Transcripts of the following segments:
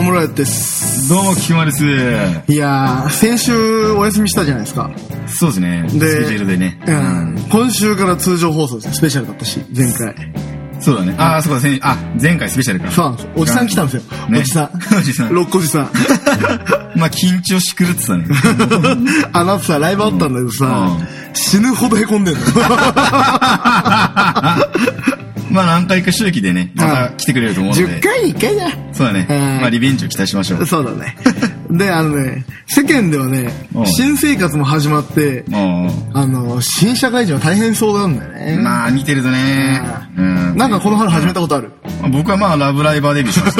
村屋です。 どうも、菊間です。 いやー、先週お休みしたじゃないですか。 そうですね。スケジュールでね。 今週から通常放送です。スペシャルだったし、前回。 そうだね。そうだね。前回スペシャルか。 そうなんですよ。おじさん来たんですよ。ね、おじさん。 おじさん。 六個じさん。 まあ、緊張しくるってたね。 あなたさ、ライブあったんだけどさ、死ぬほど凹んでんの。 まあ何回か周期でね、また来てくれると思うので。 10回に1回だ。 そうだね。まあリベンジを期待しましょう。 そうだね。で、世間ではね、新生活も始まって、新社会人は大変そうなんだよね。 まあ見てるとね。 なんかこの春始めたことある？ 僕はまあラブライバーデビューしました。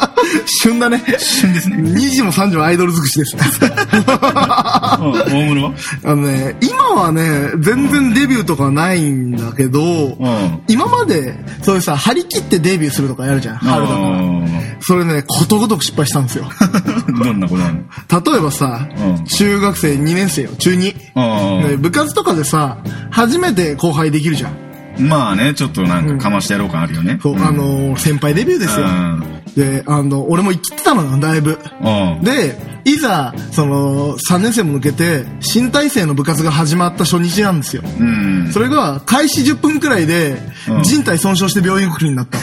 旬だね。 旬ですね。 2時も3時もアイドル尽くしです。 大物は今はね、全然デビューとかないんだけど、今まで、そういうさ、張り切ってデビューするとかやるじゃん、春だから。それね、ことごとく失敗したんですよ。 どんなことなの？ 例えばさ、中学生2年生よ、中2。部活とかでさ、初めて後輩できるじゃん。 まあね、ちょっとなんかかましてやろう感あるよね。 そう、先輩デビューですよ。で、俺も生きてたのよ、だいぶ。で、いざ、3年生も抜けて、新体制の部活が始まった初日なんですよ。それが、開始10分くらいで、人体損傷して病院送りになった。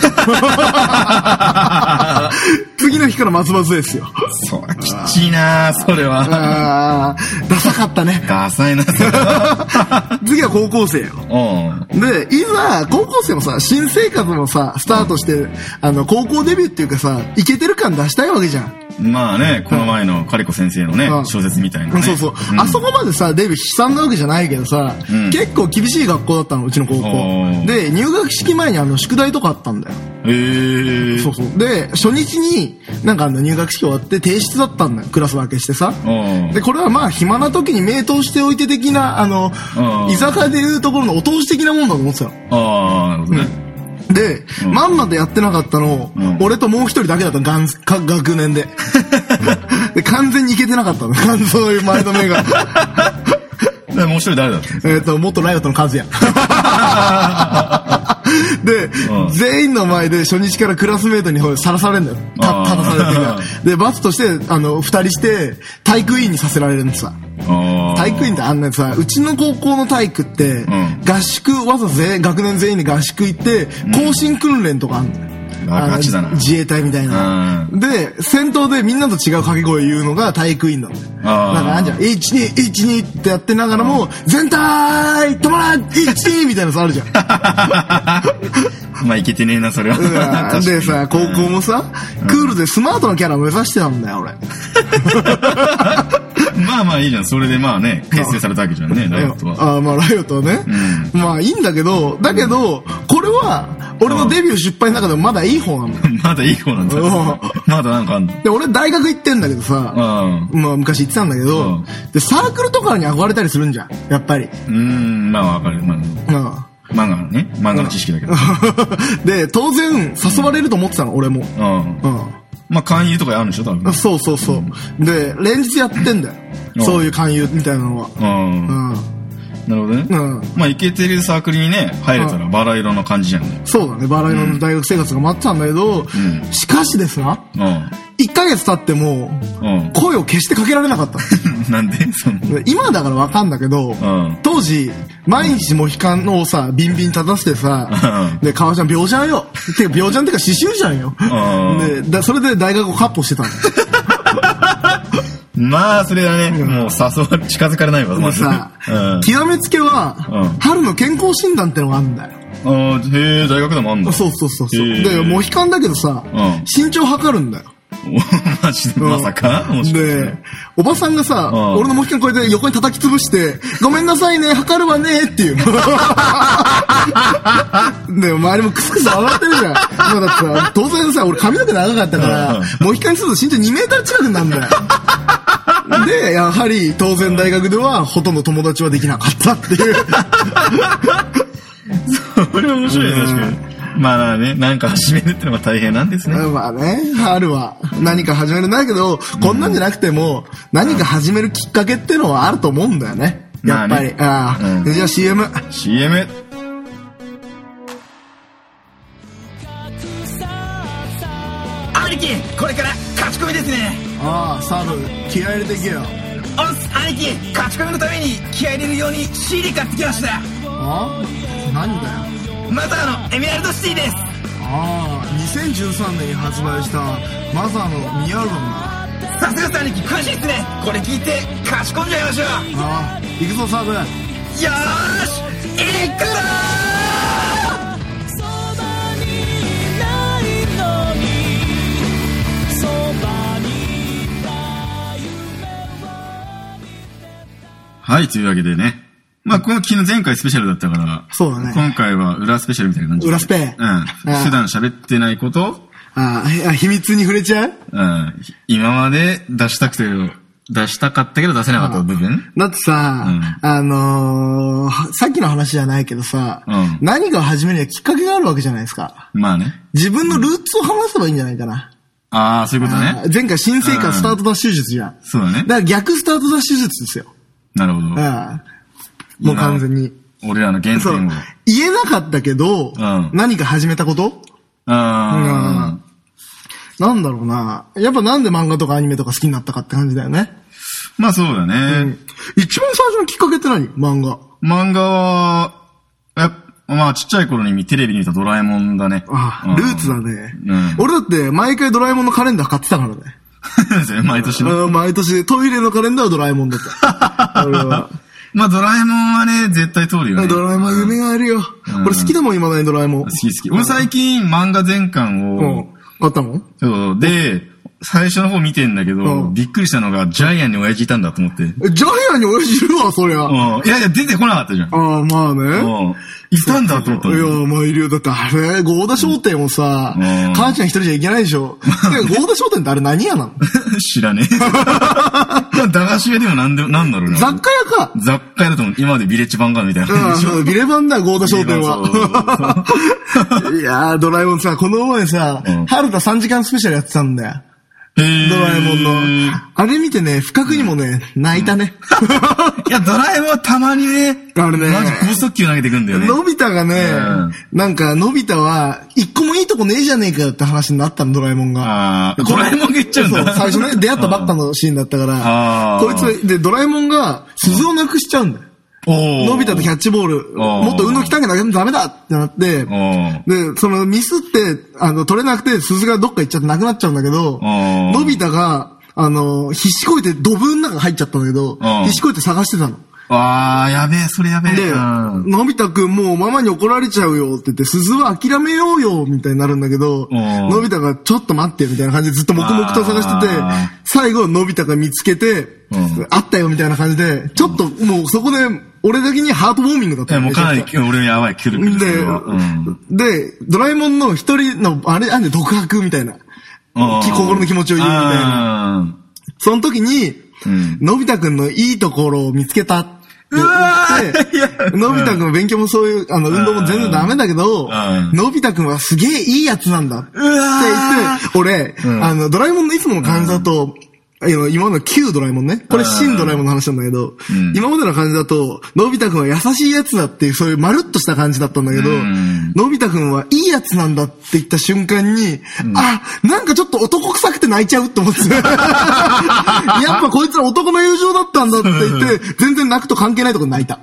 次の日から松葉杖ですよ。 そう、きちいなそれは。 ダサかったね。 ダサいな、 次は高校生よ。で、いざ、高校生もさ、新生活もさ、スタートして、高校デビューっていうかさ、イケてる感出したいわけじゃん。 まあね、この前のカリコ先生のね、小説みたいなね。 そうそう。あそこまでさ、デビュー悲惨なわけじゃないけどさ、結構厳しい学校だったの、うちの高校。で、入学式前に宿題とかあったんだよ。そうそう。で、初日に、なんか入学式終わって提出だったんだよ。クラス分けしてさ。で、これはまあ、暇な時に名刀しておいて的な、居酒屋でいうところのお通し的なもんだと思ってたの。 なるほどね。 で、まんまでやってなかったの、俺ともう一人だけだったの、学年で。で、完全にいけてなかったの。そういう前の目が。 もう一人誰だったんですか？ 元ライオットの和也。で、全員の前で初日からクラスメートにさらされるんだよ。立たされて。で、罰として、二人して、体育委員にさせられるんですさ。体育委員ってさ、うちの高校の体育って、合宿、わざわざ学年全員で合宿行って、行進訓練とかあるんだよ。 ガチだな。 自衛隊みたいな。で、先頭でみんなと違う掛け声言うのが体育委員なんだよ。なんかあんじゃん。12、12ってやってながらも、全体止まら !12! みたいなのあるじゃん。 まあ、いけてねえな、それは。 でさ、高校もさ、クールでスマートなキャラを目指してたんだよ、俺。 まあまあいいじゃん。それでまあね、結成されたわけじゃんね、ライオットは。 まあライオットはね。まあいいんだけど、これは、俺のデビュー失敗の中でもまだいい方なんだよ。 まだいい方なんだ。まだなんかあんの。 で、俺大学行ってんだけどさ、まあ昔行ってたんだけど、で、サークルとかに憧れたりするんじゃん、やっぱり。 まあわかる。漫画の知識だけど。 で、当然誘われると思ってたの、俺も。 まあ、勧誘とかあるんでしょ多分。 そうそうそう。で、連日やってんだよ。そういう勧誘みたいなのは。 なるほどね。まあ、イケてるサークルにね、入れたらバラ色の感じじゃんね。 そうだね。バラ色の大学生活が待ってたんだけど、しかしですな、1ヶ月経っても、声を決してかけられなかった。 なんで今だからわかんだけど、当時、毎日モヒカンをさ、ビンビン立たせてさ、で、革ジャン、秒ジャンよ。てか、秒ジャンってか、刺繍じゃんよ。で、それで大学をカッポしてたの。 まあ、それはね、もう近づかれないわ、まず。 さ、極めつけは、春の健康診断ってのがあるんだよ。 へえ、大学でもあんだ。 そう。で、モヒカンだけどさ、身長測るんだよ。 マジでまさかで、おばさんがさ、俺のモヒカンこうやって横に叩き潰して、ごめんなさいね、測るわねっていう。で、周りもクスクス笑ってるじゃん。だってさ、当然さ、俺髪の毛長かったから、モヒカンにすると身長2メーター近くになるんだよ。で、やはり当然大学ではほとんど友達はできなかったっていう。 それ面白いね、確かに。まあね、なんか始めるってのが大変なんですね。 まあね、春は何か始めるんだけど、こんなんじゃなくても、何か始めるきっかけってのはあると思うんだよね。やっぱり。じゃあ CM。 兄貴、これからいですね。 ああ、サーブ、気合入れていけよ。 兄貴、勝ち込みのために気合入れるように CD 買ってきました。 あ？何だよ。 マザーのエメラルドシティです。 ああ、2013年に発売したマザーのミニアルバムだ。 さすが兄貴、詳しいっすね。これ聞いて勝ち込んじゃいましょう。 ああ、行くぞサーブ。よーし、行くぞはい、というわけでね。まあ、この昨日前回スペシャルだったから、 そうだね。 今回は裏スペシャルみたいな感じで。 裏スペ。 うん。普段喋ってないこと秘密に触れちゃう？ うん。今まで出したかったけど出せなかった部分？ だってさ、さっきの話じゃないけどさ、何かを始めるにはきっかけがあるわけじゃないですか。 まあね。 自分のルーツを話せばいいんじゃないかな。 ああ、そういうことね。 前回新生活スタートダッシュ術じゃん。 そうだね。 だから逆スタートダッシュ術ですよ。 なるほど。 もう完全に。 俺らの原点を。 言えなかったけど、何か始めたこと？なんだろうな。やっぱなんで漫画とかアニメとか好きになったかって感じだよね。 まあそうだね。 一番最初のきっかけって何？漫画は、 まあちっちゃい頃にテレビに見たドラえもんだね。 ルーツだね。俺だって毎回ドラえもんのカレンダー買ってたからね。 毎年ね。 毎年トイレのカレンダーはドラえもんだった。俺は。 まあドラえもんはね、絶対通るよね。 ドラえもん夢があるよ。俺好きだもん、今だにドラえもん。 好き。俺最近漫画全巻を。 あったもん？ そう。で、最初の方見てんだけど、びっくりしたのが、ジャイアンに親父いたんだと思って。 ジャイアンに親父いるわ、そりゃ。 いや、出てこなかったじゃん。 ああ、まあね。 いたんだと思った。 いや、まあいるよ。だってあれ、ゴーダ商店をさ、母ちゃん一人じゃいけないでしょ。ゴーダ商店ってあれ何屋なの？ 知らねえ。駄菓子屋でもなんだろうな。 雑貨屋か。 雑貨屋だと思う。今までビレッジヴァンガードみたいな感じでしょ。 ビレバンだ、ゴーダ商店は。いやー、ドラえもんさ、この前さ、春田3時間スペシャルやってたんだよ。ドラえもんの。あれ見てね、不覚にもね、泣いたね。 いや、ドラえもんはたまにね、 あれね、 マジ高速球投げてくんだよね。 のび太がね、なんか、のび太は、一個もいいとこねえじゃねえかよって話になったの、ドラえもんが。 ドラえもんが言っちゃうんだ。 そう、最初ね、出会ったばっかのシーンだったから、こいつで、ドラえもんが鈴をなくしちゃうんだよ。のび太とキャッチボール、もっと運動鍛えなきゃダメだってなって、で、そのミスって、取れなくて鈴がどっか行っちゃってなくなっちゃうんだけど、のび太が、必死こいてドブの中入っちゃったんだけど、必死こいて探してたの。 やべえ、それやべえ。 で、のび太くんもうママに怒られちゃうよって言って、鈴は諦めようよみたいになるんだけど、のび太がちょっと待ってみたいな感じでずっと黙々と探してて、最後のび太が見つけて、あったよみたいな感じで、ちょっともうそこで、俺だけにハートウォーミングだった。 もうかなり俺やばい、キュルで、ドラえもんの一人の、あれ、独白みたいな。心の気持ちを言うみたいな。その時に、のび太くんのいいところを見つけたって言って、のび太くん勉強もそういう、運動も全然ダメだけど、のび太くんはすげえいいやつなんだって言って、俺、ドラえもんのいつもの感じだと、今までの旧ドラえもんね。これ新ドラえもんの話なんだけど、今までの感じだと、のび太くんは優しいやつだっていう、そういうまるっとした感じだったんだけど、のび太くんはいいやつなんだって言った瞬間に、なんかちょっと男臭くて泣いちゃうって思って。やっぱこいつら男の友情だったんだって言って、全然泣くと関係ないところ泣いた。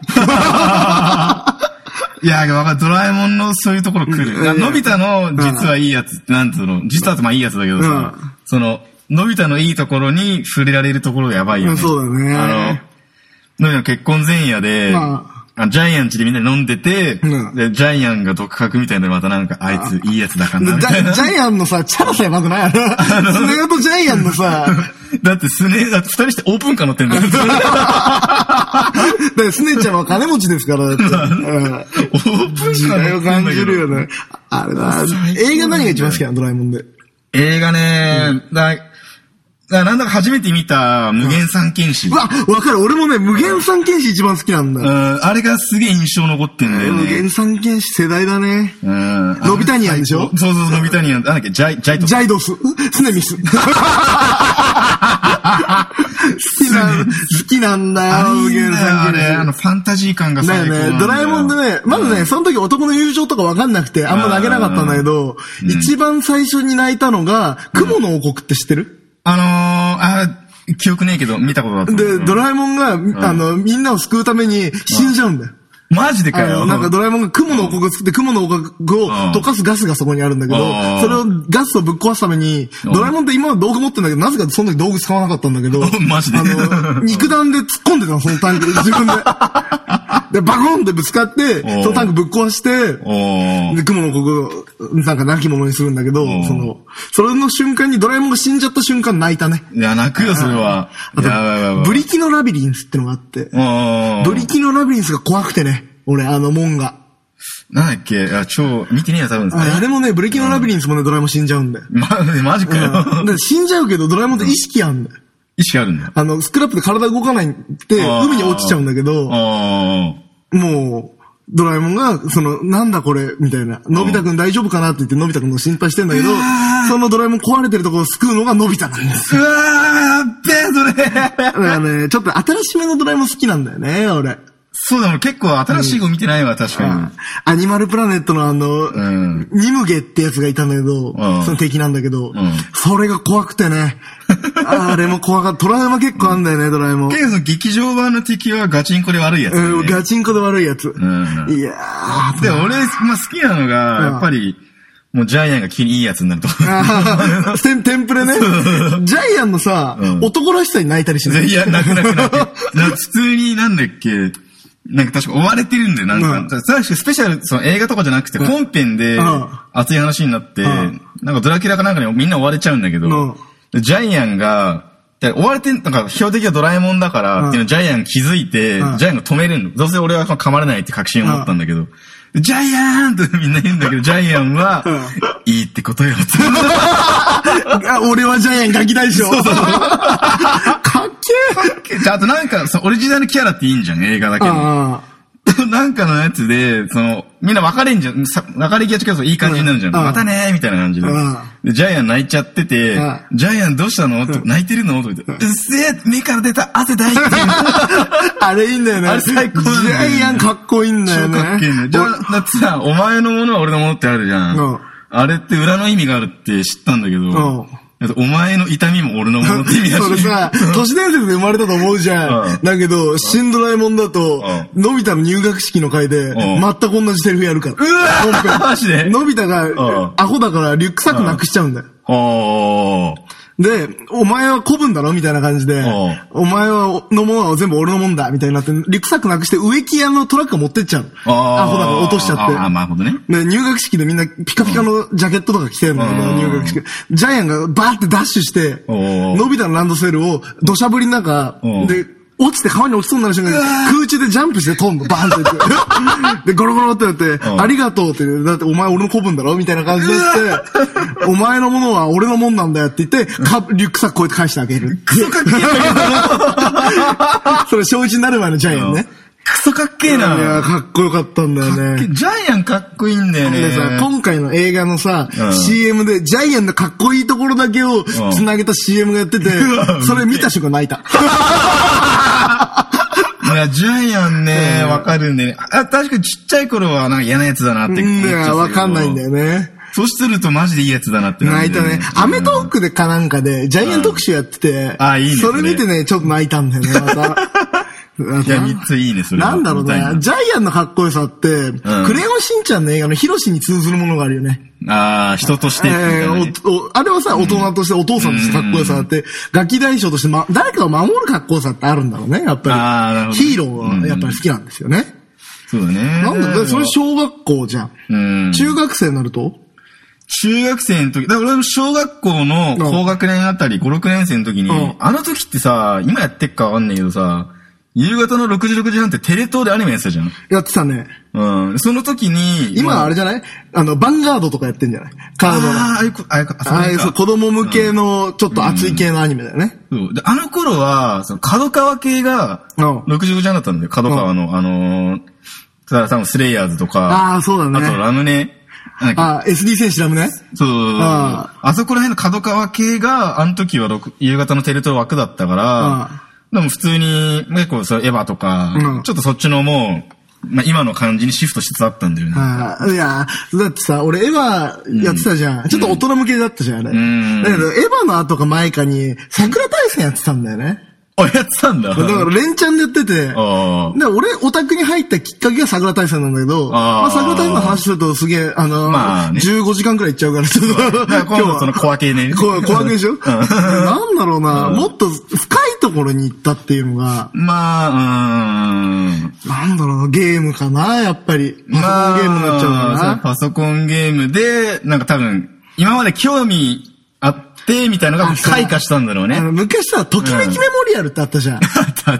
いや、ドラえもんのそういうところ来る。のび太の実はいいやつって、なんつうの、実はまあいいやつだけどさ、のび太のいいところに触れられるところやばいよね。 そうだね。 のび太の結婚前夜で、ジャイアン家でみんなで飲んでて、で、ジャイアンが独白みたいなのでまたなんか、あいついいやつだからなみたいな。 ジャイアンのさ、チャラさやばくない？スネ夫とジャイアンのさ、 だって二人してオープンカー乗ってんだよ。 スネちゃんは金持ちですから、だって。オープン時代を感じるよね。あれだ、映画何が一番好きなの？ドラえもんで。 映画ね、なんだか初めて見た無限三剣士。 わかる。俺もね、無限三剣士一番好きなんだ。 あれがすげえ印象残ってんだよね。 無限三剣士世代だね。のび太ニアンでしょ？ そう、のび太ニアン。なんだっけ、ジャイドス。スネミス。好きなんだよ、無限三剣士。 ファンタジー感が最高なんだよ。 ドラえもんでね、まずね、その時男の友情とかわかんなくて、あんま泣けなかったんだけど、一番最初に泣いたのが、雲の王国って知ってる？ 記憶ねえけど、見たことだった。 で、ドラえもんが、みんなを救うために死んじゃうんだよ。 マジでかよ。 なんかドラえもんが雲の王国を作って雲の王国を溶かすガスがそこにあるんだけど、それをガスをぶっ壊すために、ドラえもんって今は道具持ってんだけど、なぜかその時道具使わなかったんだけど、 マジで肉弾で突っ込んでたの、そのタンク、自分で。で、バコンってぶつかって、そのタンクぶっ壊して、で、雲の王国を、なんか亡き者にするんだけど、それの瞬間にドラえもんが死んじゃった瞬間泣いたね。 いや、泣くよ、それは。 ブリキのラビリンスってのがあって、ブリキのラビリンスが怖くてね、俺、門が。 なんだっけ見てねえよ、多分。 あれもね、ブリキのラビリンスもね、ドラえもん死んじゃうんだよ。 マジかよ。 死んじゃうけど、ドラえもんって意識あんだよ。 意識あるんだ。 スクラップで体動かないって、海に落ちちゃうんだけど、もう、ドラえもんが、なんだこれ、みたいな。のび太くん大丈夫かなって言って、のび太くんの心配してんだけど、そのドラえもん壊れてるところを救うのがのび太なんです。 うわー、やっべえ、それ。だからね、ちょっと新しめのドラえもん好きなんだよね、俺。 そうだ、俺結構新しい子見てないわ、確かに。 アニマルプラネットのニムゲってやつがいたんだけど、その敵なんだけど、それが怖くてね。あれも怖かった。トラウマ結構あんだよね、ドラえもん。 結構劇場版の敵はガチンコで悪いやつ、ね。 ガチンコで悪いやつ。いやー。で、俺、好きなのが、やっぱり、もうジャイアンが急にいいやつになると。 テンプレね。ジャイアンのさ、男らしさに泣いたりしない。 いや、泣く。普通になんだっけ、なんか確か追われてるんだよ、なんか。確かスペシャル、映画とかじゃなくて、本編で熱い話になって、なんかドラキュラかなんかにみんな追われちゃうんだけど、ジャイアンが、追われて、なんか標的はドラえもんだから、っていうのジャイアン気づいて、ジャイアンが止めるの。どうせ俺は噛まれないって確信を持ったんだけど、ジャイアンってみんな言うんだけど、ジャイアンは、いいってことよって。 俺はジャイアンガキ大将。かっけー。あとなんか、オリジナルキャラっていいんじゃん、映画だけど。なんかのやつで、みんな別れんじゃん、別れ気が近いといい感じになるじゃん。またねーみたいな感じで。で、ジャイアン泣いちゃってて、ジャイアンどうしたの泣いてるのと言って、うっせー目から出た汗だいって。 あれいいんだよね。 あれ最高なんだよね。 ジャイアンかっこいいんだよね。 かっけえんだよ。だってさ、お前のものは俺のものってあるじゃん。あれって裏の意味があるって知ったんだけど、お前の痛みも俺のものって意味だし。 それさ、都市伝説で生まれたと思うじゃん。だけど、新ドラえもんだと、のび太の入学式の回で、全く同じセリフやるから。 うわーマジでのび太が、アホだからリュックサックなくしちゃうんだよ。で、お前は古文だろみたいな感じで、お前のものは全部俺のもんだみたいになって、リュックサックなくして植木屋のトラックが持ってっちゃう。アホだから落としちゃって。 なるほどね。 で、入学式でみんなピカピカのジャケットとか着てるんだけど、入学式。ジャイアンがバーってダッシュして、のび太のランドセルを土砂降りの中で、落ちて川に落ちそうになる瞬間に空中でジャンプして飛んの、バーンって言って。で、ゴロゴロってやって、ありがとうって言って、だってお前俺の子分だろみたいな感じで言って、お前のものは俺のもんなんだよって言って、リュックサックこうやって返してあげる。 クソかっけえそれ小1になる前のジャイアンね。 クソかっけえな。 いや、かっこよかったんだよね。 ジャイアンかっこいいんだよね。 でさ、今回の映画のさ、CM でジャイアンのかっこいいところだけを繋げた CM がやってて、それ見た瞬間泣いた。 いや、ジャイアンね、わかるんでね。確かにちっちゃい頃はなんか嫌なやつだなって思っちゃったけど。 いや、わかんないんだよね。 そうするとマジでいいやつだなって泣いたね。アメトークでかなんかで、ジャイアン特集やってて、 いいね。 それ見てね、ちょっと泣いたんだよね、また。 いや、3ついいね、それ。 なんだろうね。ジャイアンのかっこよさって、クレヨンしんちゃんの映画のヒロシに通ずるものがあるよね。 人として。 あれはさ、大人としてお父さんとしてかっこよさあって、ガキ大将として誰かを守るかっこよさってあるんだろうね、やっぱり。ヒーローはやっぱり好きなんですよね。 そうだね。 なんだ、それ小学校じゃん。中学生になると中学生の時、だから俺も小学校の高学年あたり、5、6年生の時に、あの時ってさ、今やってっかわかんないけどさ、夕方の6時6時半ってテレ東でアニメやってたじゃん。 やってたね。 その時に。 今あれじゃないバンガードとかやってんじゃない子供向けのちょっと熱い系のアニメだよね。 で、あの頃は、角川系が、6時6時半だったんだよ。角川の、多分スレイヤーズとか。 そうだね。 あとラムネ。 SD 戦士ラムネ？ そう。あそこら辺の角川系が、あの時は夕方のテレ東枠だったから、でも普通に、結構エヴァとか、ちょっとそっちのもう、 まあ今の感じにシフトしつつあったんだよね。 いや、だってさ、俺エヴァやってたじゃん。ちょっと大人向けだったじゃん、あれ。だけど、エヴァの後か前かに、桜大戦やってたんだよね。 やってたんだ。 だから連チャンでやってて、で俺オタクに入ったきっかけが桜大戦なんだけど、まあ桜大戦の話するとすげえ、まあね、15時間くらいいっちゃうから、ちょっと。 今日はその小分けね。 小分けでしょなんだろうな、もっと深いところに行ったっていうのが、 まあ、 なんだろうな、ゲームかな、やっぱり。パソコンゲームになっちゃうからな。 パソコンゲームで、なんか多分、今まで興味あって、みたいなのが開花したんだろうね。 昔さ、ときめきメモリアルってあったじゃん。 あった。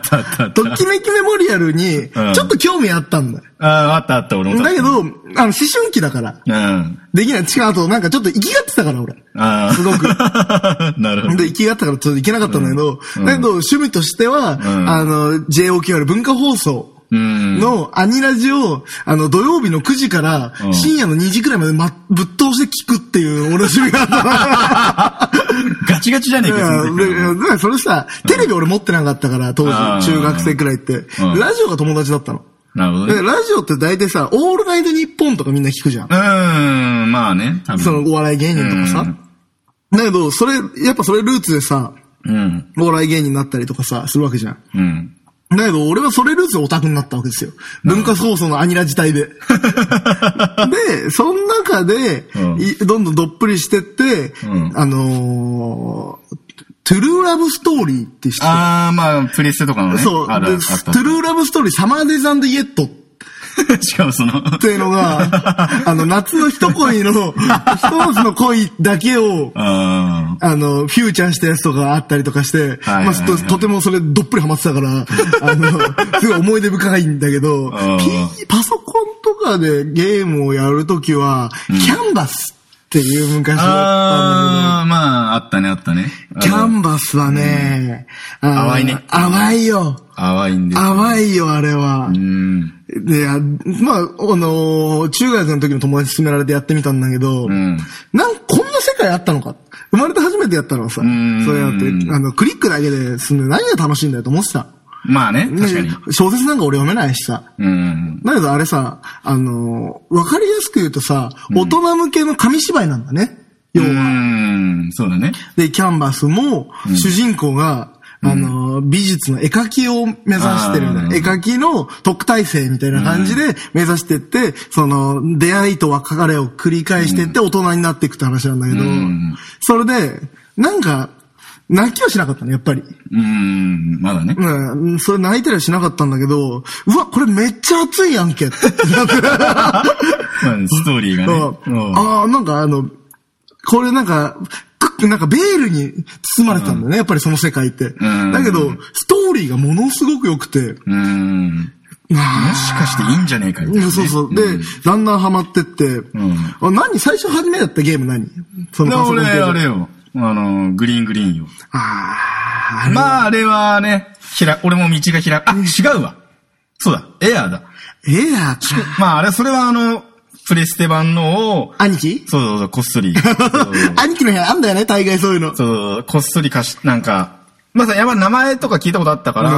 ときめきメモリアルに、ちょっと興味あったんだよ。 あった、俺も。 だけど、思春期だから。できない。違う、あと、なんかちょっと生きがってたから、俺。すごく。 なるほど。 で、生きがったからちょっといけなかったんだけど、だけど、趣味としては、JOQR 文化放送。のアニラジを、土曜日の9時から深夜の2時くらいまでぶっ通して聞くっていう俺の趣味があった。 ガチガチじゃねえか、 それさ、テレビ俺持ってなかったから、当時、中学生くらいって。ラジオが友達だったの。 なるほどね。 ラジオって大体さ、オールナイトニッポンとかみんな聞くじゃん。 まあね。 そのお笑い芸人とかさ。だけど、やっぱそれルーツでさ、お笑い芸人になったりとかさ、するわけじゃん。だけど、俺はそれルーツでオタクになったわけですよ。文化放送のアニラ自体で。で、その中で、どんどんどっぷりしてって、トゥルーラブストーリーって知ってる？ まあ、プレステとかのね。 そう。トゥルーラブストーリー、サマーデイズ&イエット。 しかもその。 っていうのが、夏の一恋の、一つの恋だけを、フューチャーしたやつとかあったりとかして、まあ、とてもそれどっぷりハマってたから、すごい思い出深いんだけど、パソコンとかでゲームをやるときは、キャンバスっていう昔だったんだけど。 まあ、あったね。 キャンバスはね、 淡いね。 淡いよ。 淡いんです。 淡いよ、あれは。で、まあ、中学の時の友達に勧められてやってみたんだけど、こんな世界あったのか。生まれて初めてやったのはさ、それやって、クリックだけで済んで何が楽しいんだよと思ってた。 まあね、確かに。 小説なんか俺読めないしさ。だけどあれさ、わかりやすく言うとさ、大人向けの紙芝居なんだね。要は。 そうだね。 で、キャンバスも、主人公が、美術の絵描きを目指してるんだ。絵描きの特待生みたいな感じで目指してって、出会いと別れを繰り返してって大人になっていくって話なんだけど、それで、なんか、泣きはしなかったね、やっぱり。 まだね。 それ泣いたりはしなかったんだけど、うわ、これめっちゃ熱いやんけって。ストーリーがね。 なんかこれなんかベールに包まれてたんだよね、やっぱりその世界って。だけど、ストーリーがものすごく良くて。 もしかしていいんじゃねえかみたいな。 そう。で、だんだんハマってって。最初初めだったゲーム何？ 俺、あれよ。グリーンよ。まあ、あれはね、俺も道が違うわ。そうだ、エアーだ。 エアーか。 まあ、それはプレステ版のを、 兄貴？ そう、こっそり。 兄貴の部屋あんだよね、大概そういうの。 そう、こっそりなんか、まあさ、やっぱ名前とか聞いたことあったから、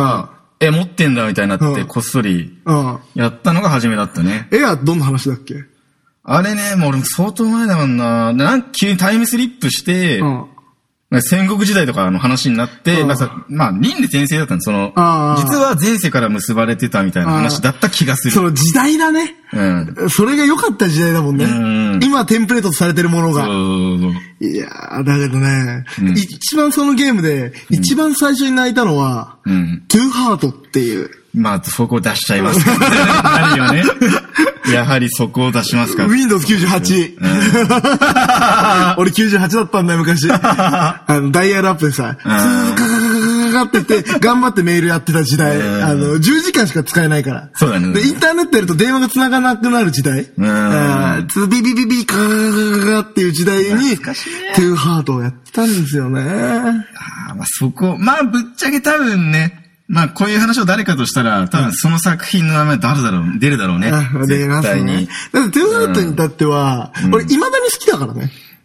持ってんだみたいになって、こっそり、やったのが初めだったね。 エアーどんな話だっけ？ あれね、もう俺も相当前だもんな。急にタイムスリップして、戦国時代とかの話になって、まあ、輪廻転生だったんです。実は前世から結ばれてたみたいな話だった気がする。 その時代だね。それが良かった時代だもんね。今テンプレートとされてるものが。いやー、だけどね、一番そのゲームで、一番最初に泣いたのは、トゥーハートっていう。 まあ、そこを出しちゃいますからね。あるよね。やはりそこを出しますから。 Windows 98。俺98だったんだよ、昔。ダイヤルアップでさ、カってって、頑張ってメールやってた時代。10時間しか使えないから。 そうだね。 で、インターネットやると電話が繋がなくなる時代。ビビビビカーっていう時代に、トゥーハートをやってたんですよね。 まあ、ぶっちゃけ多分ね、まあ、こういう話を誰かとしたら、多分その作品の名前出るだろうね。 出ますね。だって、トゥーハートに至っては、俺、未だに好きだからね。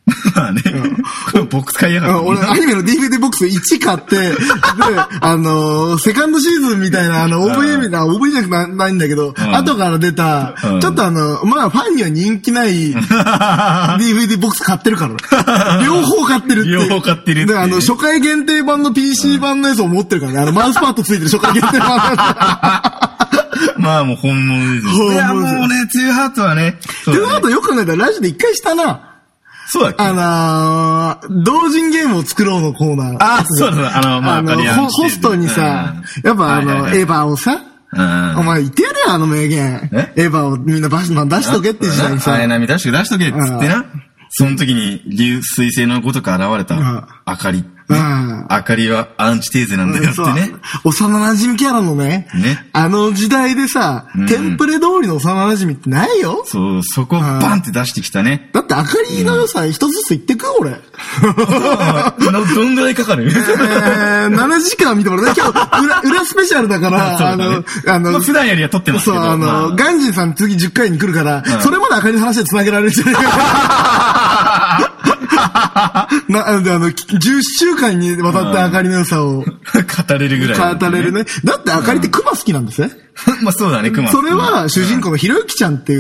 まあね。ボックス買いやがった。 俺、アニメの DVD ボックス1買って、で、セカンドシーズンみたいな、OVA みたいな、OVA じゃないんだけど、後から出た、ちょっとまあ、ファンには人気ない DVD ボックス買ってるから。両方買ってるって。 両方買ってるって。 で、初回限定版の PC 版のやつを持ってるからね。マウスパッドついてる初回限定版のやつ。 まあもう本物ですよ。いやもうね、トゥーハートはね。 トゥーハートよく考えたらラジオで一回したな。 そうだっけ？ 同人ゲームを作ろうのコーナー。 あ、そうだ、まあ、 ホストにさ、やっぱエヴァをさ、お前言ってやれよ、名言。エヴァをみんな出しとけって時代にさ。 あやなみ出しとけっつってな。その時に、水星のごとく現れた、あかり。あかりはアンチテーゼなんだよってね。 幼馴染キャラのね、時代でさ、テンプレ通りの幼馴染ってないよ。 そう、そこをバンって出してきたね。 だってあかりの良さ一つずつ言ってく俺。 どんぐらいかかる 7時間見てもらうね。今日、裏スペシャルだから、 普段よりは撮ってますけど。 そう、ガンジンさん次10回に来るから、それまであかりの話で繋げられるじゃないか。10週間にわたってあかりの良さを語れるぐらい、 語れるね。だってあかりってクマ好きなんですね。 まあそうだね、クマ。 それは主人公のひろゆきちゃんっていう、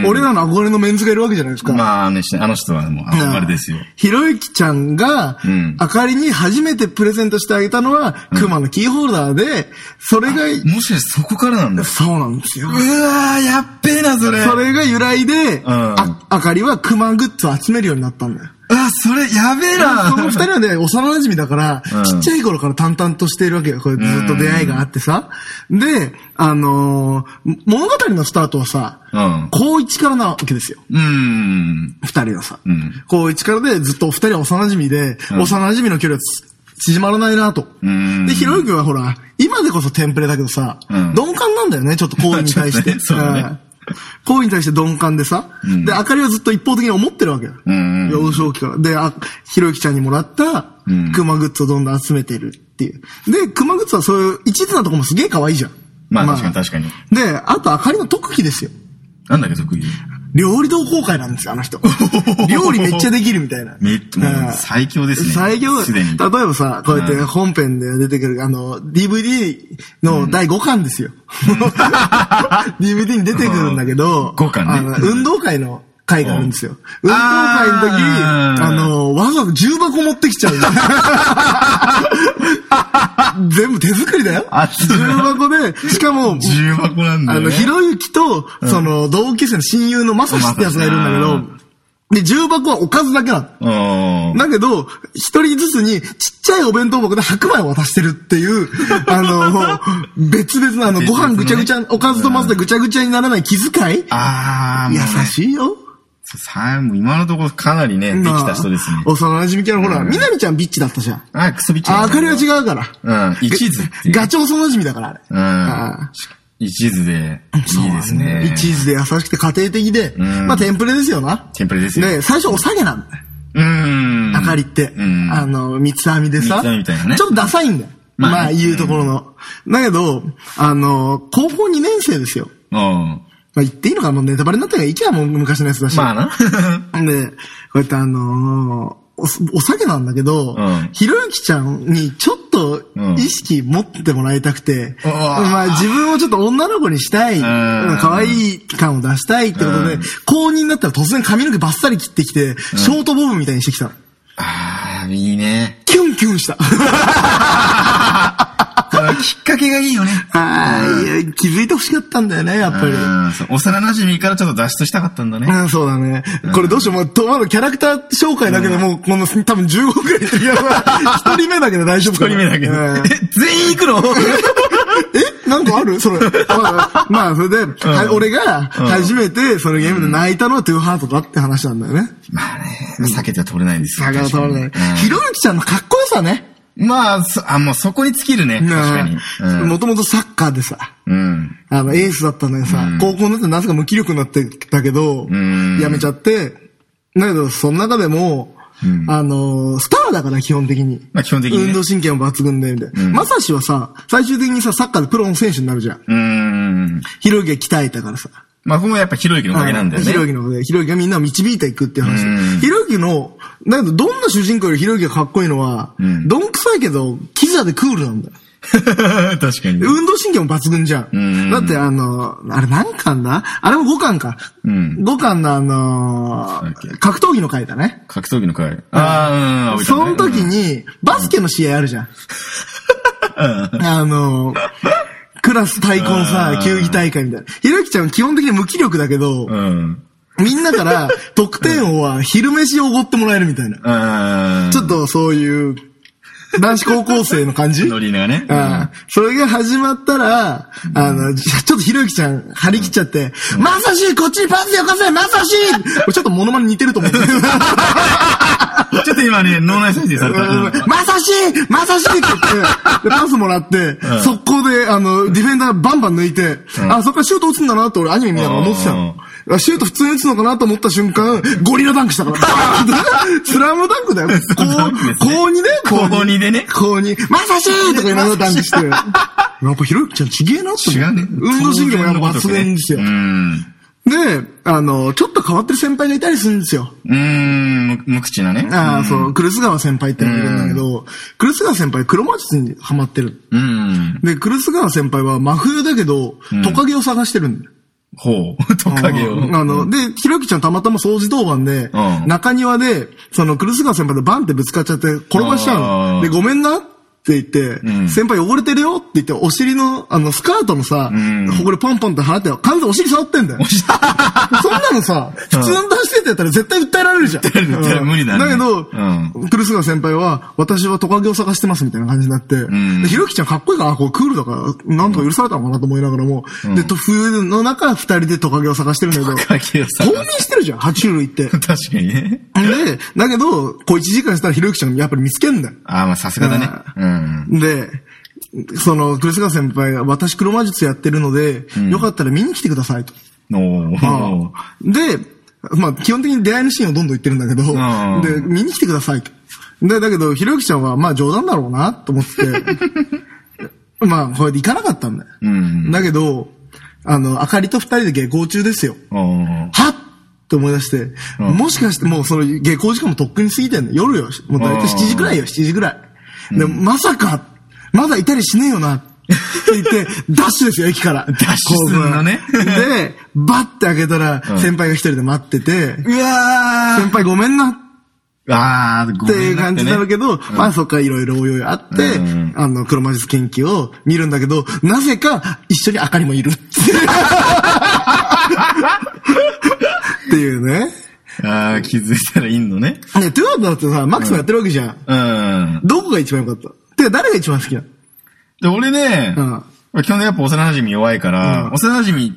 俺らの憧れのメンズがいるわけじゃないですか。 まあね、あの人はもう憧れですよ。 ひろゆきちゃんが、あかりに初めてプレゼントしてあげたのは、クマのキーホルダーで、それが、 もしかしてそこからなんだ。 そうなんですよ。 うわー、やっべえな、それ。 それが由来で、あかりはクマグッズを集めるようになったんだよ。 それ、やべえな。 その二人はね、幼馴染だから、ちっちゃい頃から淡々としているわけよ。これずっと出会いがあってさ。で、物語のスタートはさ、高1からなわけですよ。二人はさ。高1からでずっと二人は幼馴染で、幼馴染の距離は縮まらないなと。で、ひろゆきはほら、今でこそテンプレだけどさ、鈍感なんだよね、ちょっと行為に対して。行為に対して鈍感でさ、で、あかりはずっと一方的に思ってるわけよ。幼少期から。で、ひろゆきちゃんにもらった、クマグッズをどんどん集めてるっていう。で、クマグッズはそういう一途なとこもすげえ可愛いじゃん。 まあ確かに。 で、あとあかりの特技ですよ。 なんだっけ特技？ 料理同好会なんですよ、あの人。料理めっちゃできるみたいな。 最強ですね。 最強だ。例えばさ、こうやって本編で出てくる、DVD の第5巻ですよ。DVD に出てくるんだけど、 5巻ね。 運動会の会があるんですよ。運動会の時、わざわざ重箱持ってきちゃう。全部手作りだよ。重箱で、しかも、 重箱なんだよね。 ひろゆきと、同級生の親友のまさしってやつがいるんだけど、で、重箱はおかずだけなの。だけど、一人ずつにちっちゃいお弁当箱で白米を渡してるっていう、別々のご飯ぐちゃぐちゃ、おかずと混ぜてぐちゃぐちゃにならない気遣い？優しいよ。 今のところかなりね、できた人ですね。 幼馴染キャラ、ほら、みなみちゃんビッチだったじゃん。 クソビッチ。 あかりは違うから。 一途。 ガチ幼馴染だから、あれ。 一途で、いいですね。 一途で優しくて家庭的で、まあ、テンプレですよな。 テンプレですよ。 で、最初お下げなんだよ。あかりって。三つ編みでさ。 三つ編みみたいなね。 ちょっとダサいんだよ。まあ、言うところの。だけど、高校2年生ですよ。まあ、言っていいのかもうネタバレになったらいいかもう昔のやつだし。 まあな。 で、こうやってお酒なんだけど、ひろゆきちゃんにちょっと意識持ってもらいたくて、まあ自分をちょっと女の子にしたい、可愛い感を出したいってことで、高2になったら突然髪の毛バッサリ切ってきて、ショートボブみたいにしてきたの。 いいね。 キュンキュンした。 きっかけがいいよね。 気づいてほしかったんだよね、やっぱり。 幼馴染からちょっと脱出したかったんだね。 そうだね。これどうしよう、まだキャラクター紹介だけでもう、この多分15くらい言ってるやつ一人目だけで大丈夫かな。 一人目だけで。全員行くのなんかあるそれ。まあ、それで、俺が初めてそのゲームで泣いたのはトゥーハートだって話なんだよね。 まあね、避けては通れないんですよ。 避けては通れない。ひろゆきちゃんのかっこよさね。 まあ、もうそこに尽きるね。確かに。 もともとサッカーでさ、エースだったんだけどさ、高校になってなぜか無気力になってたけど、やめちゃって、だけど、その中でも、スターだから基本的に。 まあ基本的に。 運動神経も抜群で、みたいな。まさしはさ、最終的にさ、サッカーでプロの選手になるじゃん。ひろゆきが鍛えたからさ。 まあ、ここもやっぱひろゆきのおかげなんだよね。 ひろゆきのおかげで、ひろゆきがみんなを導いていくっていう話。ひろゆきの、だけどどんな主人公よりひろゆきがかっこいいのは、どんくさいけど、キザでクールなんだよ。 確かに。 運動神経も抜群じゃん。だってあれ何巻だ？あれも5巻か。5巻の格闘技の回だね。 格闘技の回。 その時に、バスケの試合あるじゃん。クラス対抗さ、球技大会みたいな。ひろゆきちゃんは基本的に無気力だけど、みんなから得点王は昼飯をおごってもらえるみたいな。ちょっとそういう、男子高校生の感じノリがね。 それが始まったら、ちょっとひろゆきちゃん張り切っちゃって、まさしこっちにパスよこせまさしちょっとモノマネ似てると思う。ちょっと今ね、脳内再生された。 まさしって言って、パスもらって、速攻で、ディフェンダーバンバン抜いて、そっからシュート打つんだなって俺アニメ見ながら思ってたの。シュート普通に打つのかなと思った瞬間、ゴリラダンクしたから。スラムダンクだよ。高2ね。 高2でね。 高2。まさしーとか言いながらダンクして。やっぱひろゆきちゃんちげえなって思う。違うね。運動神経もやっぱ抜群ですよ。で、ちょっと変わってる先輩がいたりするんですよ。 無口なね。 そう、クルス川先輩ってのがいるんだけど、クルス川先輩黒魔術にハマってる。で、クルス川先輩は真冬だけど、トカゲを探してるんだよ。 ほう、トカゲを。 で、ひろゆきちゃんたまたま掃除当番で、中庭で、クルス川先輩とバンってぶつかっちゃって転ばしちゃうの。で、ごめんなって言って、先輩汚れてるよって言って、お尻の、スカートのさ、ほこりポンポンって払ってよ。完全お尻触ってんだよ。そんなのさ、普通の出してってやったら絶対訴えられるじゃん。 無理だね。 だけど、クルス川先輩は、私はトカゲを探してますみたいな感じになって、ひろゆきちゃんかっこいいから、こうクールだから、なんとか許されたのかなと思いながらも、で、冬の中、二人でトカゲを探してるんだけど、冬眠してるじゃん、爬虫類って。 確かにね。 で、だけど、こう1時間したらひろゆきちゃんやっぱり見つけんだよ。 まあさすがだね。 で、クルス川先輩が私黒魔術やってるので、よかったら見に来てくださいと。で、まあ基本的に出会いのシーンをどんどん言ってるんだけど、で、見に来てくださいと。で、だけどひろゆきちゃんはまあ冗談だろうなと思って、まあこれで行かなかったんだよ。だけど、あかりと二人で下校中ですよ。はっって思い出して、もしかしてもうその下校時間もとっくに過ぎてんだよ。夜よ。もうだいたい7時くらいよ、7時くらい。で、まさか、まだいたりしねえよな、って言って、ダッシュですよ、駅から。 ダッシュするのね。 で、バッて開けたら、先輩が一人で待ってて、 うわー先輩ごめんな。 っていう感じになるけど、まあそっからいろいろおいおいあって、黒魔術研究を見るんだけど、なぜか一緒にあかりもいる。っていうね。 気づいたらいんのね。 トゥアートだってさ、マックスもやってるわけじゃん。どこが一番良かった？てか誰が一番好きなの？ で、俺ね、基本でやっぱ幼馴染弱いから、幼馴染って、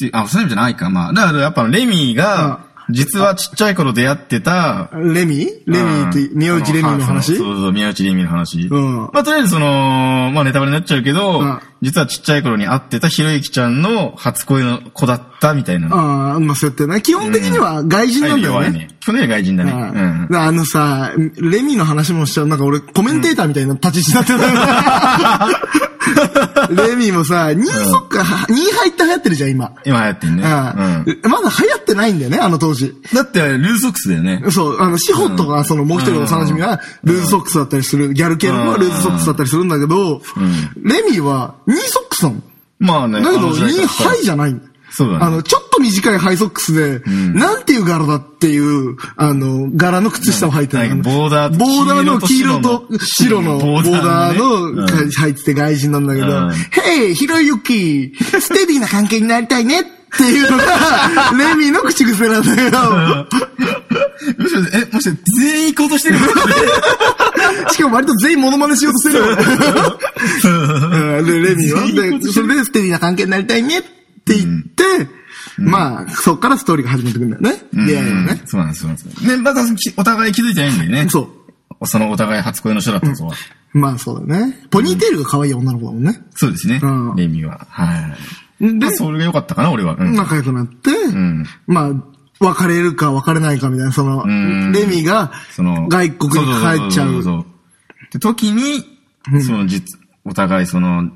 幼馴染じゃないか、まあ。だからやっぱレミが、実はちっちゃい頃出会ってた、 レミって、宮内レミの話？ そう、宮内レミの話。まあ、とりあえずまあネタバレになっちゃうけど、実はちっちゃい頃に会ってたひろゆきちゃんの初恋の子だったみたいな。 まあそうやってね。基本的には外人なんだよね。 基本的には外人だね。 さ、レミの話もしちゃう。なんか俺コメンテーターみたいな立ち位置になってた。レミもさ、2入って流行ってるじゃん、今。 今流行ってんね。 まだ流行ってないんだよね、あの当時。 だってルーズソックスだよね。 そう、シホとか、もう一人の幼馴染は、ルーズソックスだったりする、ギャル系のルーズソックスだったりするんだけど、レミは2ソックスなの。 まあね。 だけど2ハイじゃないんだよ。 そうだね。 ちょっと短いハイソックスで、なんていう柄だっていう、柄の靴下を履いてる。 ボーダーの黄色と白のボーダーの履いてて外人なんだけど、へい、ひろゆき、ステディな関係になりたいねっていうのが、レミの口癖なんだけど。 もし全員行こうとしてるしかも割と全員モノマネしようとしてる。で、レミは。で、それでステディな関係になりたいねって言って、まあ、そっからストーリーが始まってくるんだよね。出会いはね。 そうなんです、そうなんです。ね、まだお互い気づいてないんだよね。 そう。 そのお互い初恋の人だったぞ。 まあそうだね。ポニーテールが可愛い女の子だもんね。 そうですね。レミは。はい。で、それが良かったかな、俺は。 仲良くなって、まあ、別れるか別れないかみたいな、レミが、外国に帰っちゃう。 って時に、お互い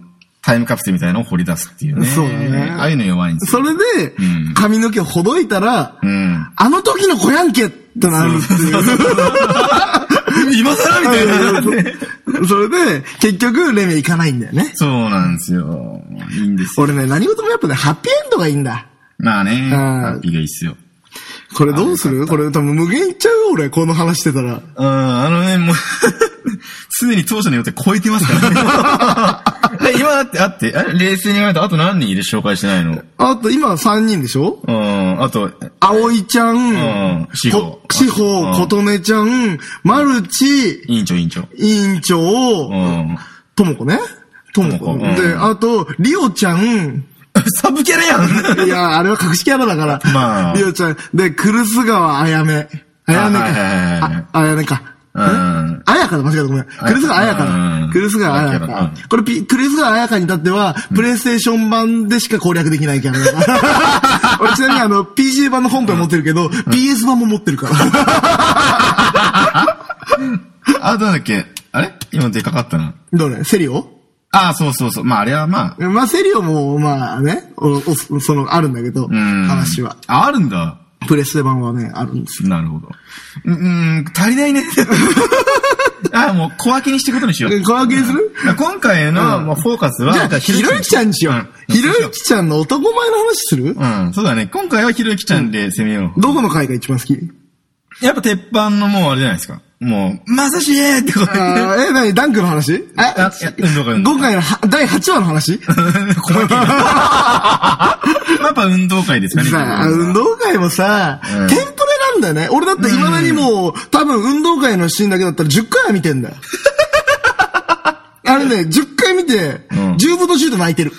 タイムカプセルみたいなのを掘り出すっていうね。 そうだね。 ああいうの弱いんですよ。それで、髪の毛をほどいたら、あの時の子やんけってなるっていう。 今更みたいな。 それで、結局、レミ行かないんだよね。 そうなんですよ。いいんですよ。 俺ね、何事もやっぱね、ハッピーエンドがいいんだ。 まあね、ハッピーがいいっすよ。 これどうする？これ多分無限いっちゃうよ、俺、この話してたら。 もう、すでに当初の予定超えてますからね。今だって、冷静に考えたらあと何人いる紹介してないの？ あと、今3人でしょ？ あと、 葵ちゃん、志保、琴音ちゃん、マルチ、委員長、ともこね。ともこ。で、あと、リオちゃん、 サブキャラやん。いや、あれは隠しキャラだから。 まあ。 リオちゃん。で、クルス川あやめ。あやめか。あやかだ、間違えた、ごめん。クルス川あやかだ。クルス川あやか。これ、クルス川あやかに至っては、プレイステーション版でしか攻略できないキャラだから。俺ちなみにPC 版の本編持ってるけど、PS 版も持ってるから。 どうだっけ？あれ？今でかかったな。 どれ？セリオ？ そう。まあ、あれはまあ。 まあ、セリオも、まあね、あるんだけど、話は。 あるんだ。 プレステ版はね、あるんですよ。 なるほど。足りないね。もう小分けにしていくことにしよう。 小分けにする？ 今回のフォーカスは、 じゃあ、ひろゆきちゃんにしよう。ひろゆきちゃんの男前の話する？ そうだね。今回はひろゆきちゃんで攻めよう。 どこの回が一番好き？ やっぱ鉄板のもうあれじゃないですか。もう、まさしーってことで。 何ダンクの話？今回の第8話の話？ やっぱ運動会ですかね。 運動会もさ、テンプレなんだよね。俺だって未だにもう、多分運動会のシーンだけだったら10回は見てんだよ。あれね、10回見て、10分の10で泣いてる。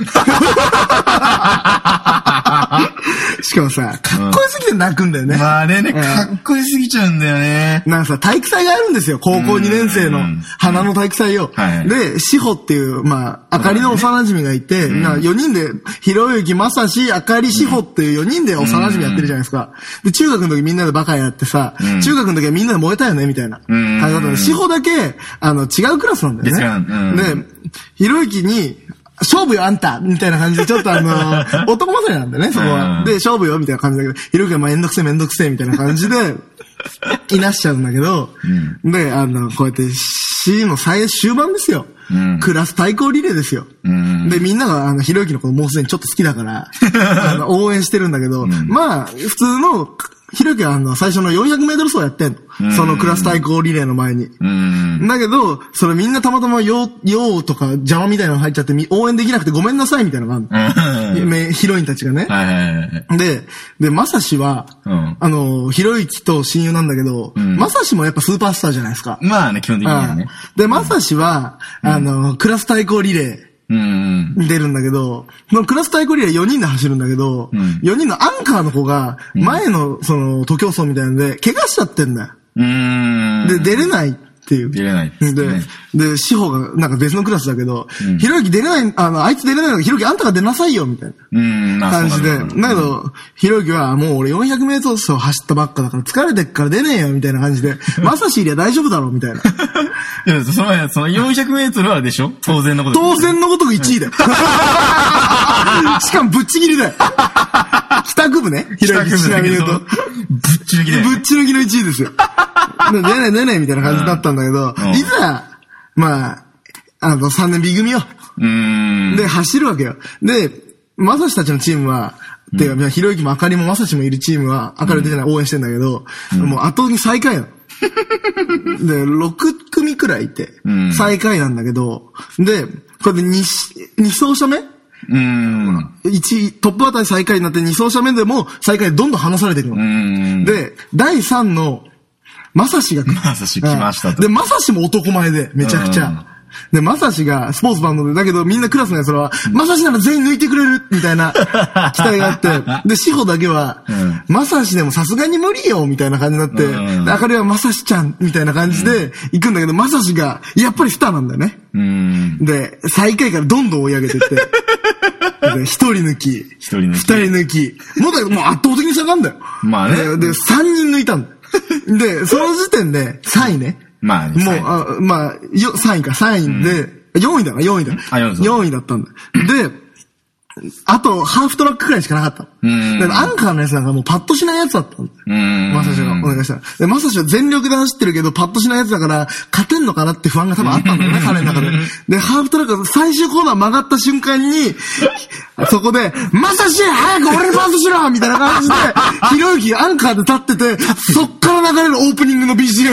しかもさ、かっこよすぎて泣くんだよね。 まあね、かっこよすぎちゃうんだよね。 なんかさ、体育祭があるんですよ。高校2年生の花の体育祭を。で、志保っていう、まあ、あかりの幼馴染がいて、4人で、ひろゆき、まさし、あかり、志保っていう4人で幼馴染やってるじゃないですか。で、中学の時みんなでバカやってさ、中学の時はみんなで燃えたよね、みたいな感じだったので、志保だけ、違うクラスなんだよね。で、ひろゆきに、勝負よあんたみたいな感じで、ちょっと男勝りなんだよね、そこは。で、勝負よみたいな感じだけど、ひろゆきはめんどくせえみたいな感じで、いなしちゃうんだけど、で、こうやって C の終盤ですよ。クラス対抗リレーですよ。で、みんなが、ひろゆきのこともうすでにちょっと好きだから、応援してるんだけど、まあ、普通の、ひろゆきは最初の400メートル走やってんの。そのクラス対抗リレーの前に。だけど、それみんなたまたま用とか邪魔みたいなの入っちゃって応援できなくてごめんなさいみたいなのがあるの。ヒロインたちがね。で、まさしは、ひろゆきと親友なんだけど、まさしもやっぱスーパースターじゃないですか。 まあね、基本的にはね。 で、まさしは、クラス対抗リレー。出るんだけど、そのクラス対抗リレー4人で走るんだけど、4人のアンカーの子が、前の、徒競走みたいなので、怪我しちゃってんだよ。で、出れないっていう。 出れない。 で、志保が、なんか別のクラスだけど、ひろゆき出れない、あいつ出れないのひろゆきあんたが出なさいよ、みたいな感じで。だけど、ひろゆきはもう俺400メートル走走ったばっかだから疲れてっから出ねえよ、みたいな感じで、まさしいりゃ大丈夫だろ、みたいな。 いや、その400メートルはでしょ？当然のこと。 当然のごとく1位だよ。しかもぶっちぎりだよ。帰宅部ね。ひろゆきちなみに言うと。 ぶっち抜きで。 ぶっち抜きの1位ですよ。出ないみたいな感じだったんだけど、いざ、まあ、3年 B 組よ。で、走るわけよ。で、まさしたちのチームは、てか、ひろゆきもあかりもまさしもいるチームは、あかり出てない応援してんだけど、もう後に最下位なの。で、6組くらいいて、最下位なんだけど、で、これで2走者目トップあたり最下位になって2走者目でも最下位でどんどん離されていくの。で、第3の、まさしが来ましたと。 で、まさしも男前で、めちゃくちゃ。で、まさしがスポーツバンドで、だけどみんなクラスのやつらは、まさしなら全員抜いてくれるみたいな期待があって、で、志保だけは、まさしでもさすがに無理よみたいな感じになって、あかりはまさしちゃんみたいな感じで行くんだけど、まさしが、やっぱりスターなんだよね。で、最下位からどんどん追い上げてって、で、1人抜き、2人抜き、もう圧倒的に差があるんだよ。 まあね。 で、3人抜いたんだ。で、その時点で3位ね。 まあ、 もう、3位か、3位で、 4位だな、4位だ。4位だったんだ。で、あと、ハーフトラックくらいしかなかった。だからアンカーのやつなんかもうパッとしないやつだったんだ。まさしがお願いしたら。で、まさしは全力で走ってるけど、パッとしないやつだから、勝てんのかなって不安が多分あったんだよね、彼の中で。で、ハーフトラック最終コーナー曲がった瞬間に、そこで、まさし早く俺にパスしろみたいな感じで、ひろゆきがアンカーで立ってて、そっから流れるオープニングの BGM。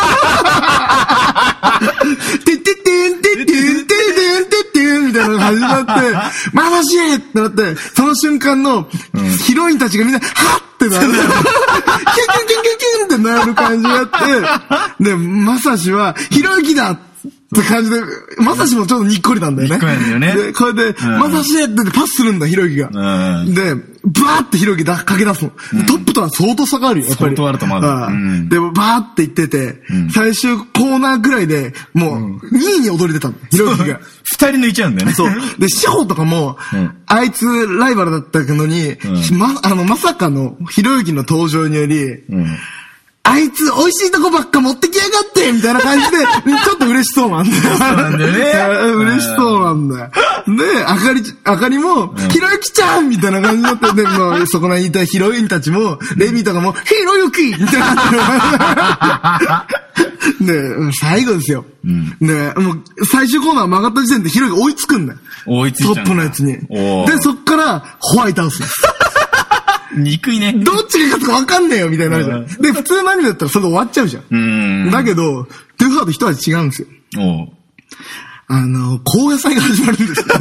てってってんてってんてってんてってんみたいなのが始まって、まさしってなって、その瞬間のヒロインたちがみんな、はってなる。キュンキュンキュンキュンキュンってなる感じがあって、で、まさしは、ひろゆきだって感じで、まさしもちょっとにっこりなんだよね。 にっこりなんだよね。 で、これで、まさしってパスするんだ、ひろゆきが。で、バーってひろゆき駆け出すの。トップとは相当差があるよ、やっぱり。 相当あると思う。 で、バーって行ってて、最終コーナーぐらいで、もう、2位に踊り出たの、ひろゆきが。 2人抜いちゃうんだよね。 そう。で、志保とかも、あいつライバルだったのに、まさかのひろゆきの登場により、あいつ美味しいとこばっか持ってきやがってみたいな感じで、ちょっと嬉しそうなんだよ。 そうなんだよね。 嬉しそうなんだよ。で、あかりも、ひろゆきちゃんみたいな感じになって、で、もうそこにいたヒロインたちも、レミとかも、ひろゆきみたいな。で、最後ですよ。で、もう、最終コーナー曲がった時点でヒロユキ追いつくんだよ。 追いついちゃう。 トップのやつに。で、そっから、ホワイトハウス。 憎いね。 どっちが勝つか分かんねえよ、みたいになるじゃん。で、普通のアニメだったらそれで終わっちゃうじゃん。だけど、トゥーハート一味違うんですよ。高野菜が始まるんですよ。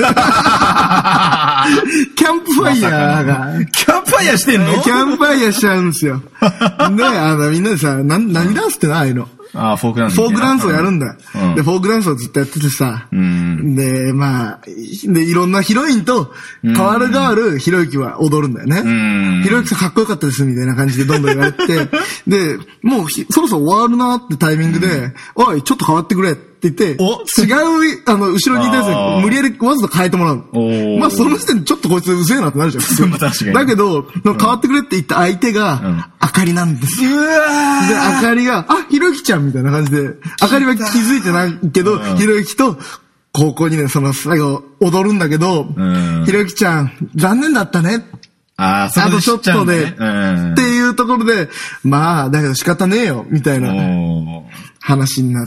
キャンプファイヤーが。 キャンプファイヤーしてんの？ キャンプファイヤーしちゃうんですよ。で、みんなでさ、何ダンスってな、ああいうの。 フォークダンス。 フォークダンスをやるんだよ。で、フォークダンスをずっとやっててさ。で、まあ、で、いろんなヒロインと、変わる変わるひろゆきは踊るんだよね。ひろゆきさんかっこよかったです、みたいな感じでどんどん言われて、で、もうそろそろ終わるなってタイミングで、おい、ちょっと変わってくれって言って、違う、後ろにいたやつに無理やりわざと変えてもらうの。まあ、その時点でちょっとこいつうぜえなってなるじゃん。 確かに。 だけど、変わってくれって言った相手が、あかりなんですよ。で、あかりが、ひろゆきちゃんみたいな感じで、あかりは気づいてないけど、ひろゆきと、高校2年その最後踊るんだけど、ひろゆきちゃん、残念だったね。あとちょっとで、っていうところで、まあ、だけど仕方ねえよ、みたいな話になって、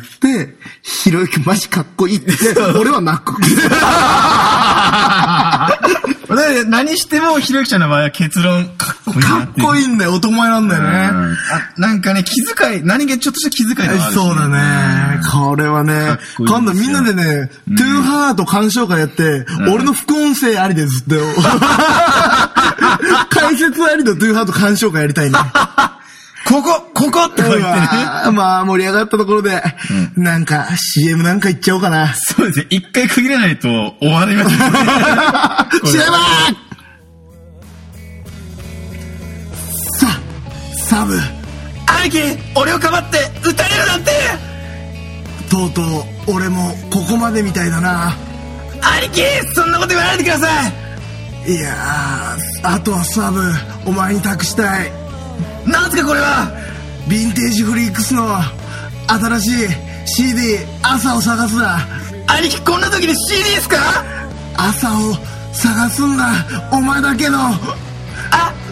ひろゆきマジかっこいいって言って、俺は泣く。 何してもひろゆきちゃんの場合は結論かっこいいな。 かっこいいんだよ、男前なんだよね。 なんかね、気遣い、何気ちょっとした気遣いがある。 そうだね。これはね、今度みんなでね、トゥーハート鑑賞会やって、俺の副音声ありでずっと、解説ありのトゥーハート鑑賞会やりたいね。 ここって言ってね。 まあ、盛り上がったところで、なんか、CM なんか言っちゃおうかな。 そうですね。一回区切らないと終わりますね。 CM！ さあ、サブ。 兄貴、俺をかばって歌えるなんて！ とうとう、俺もここまでみたいだな。 兄貴、そんなこと言わないでください！ いやー、あとはサブ、お前に託したい。 なんすかこれは！ ヴィンテージフリークスの新しい CD 朝を探すだ。 兄貴、こんな時に CD ですか？ 朝を探すんだ、お前だけの。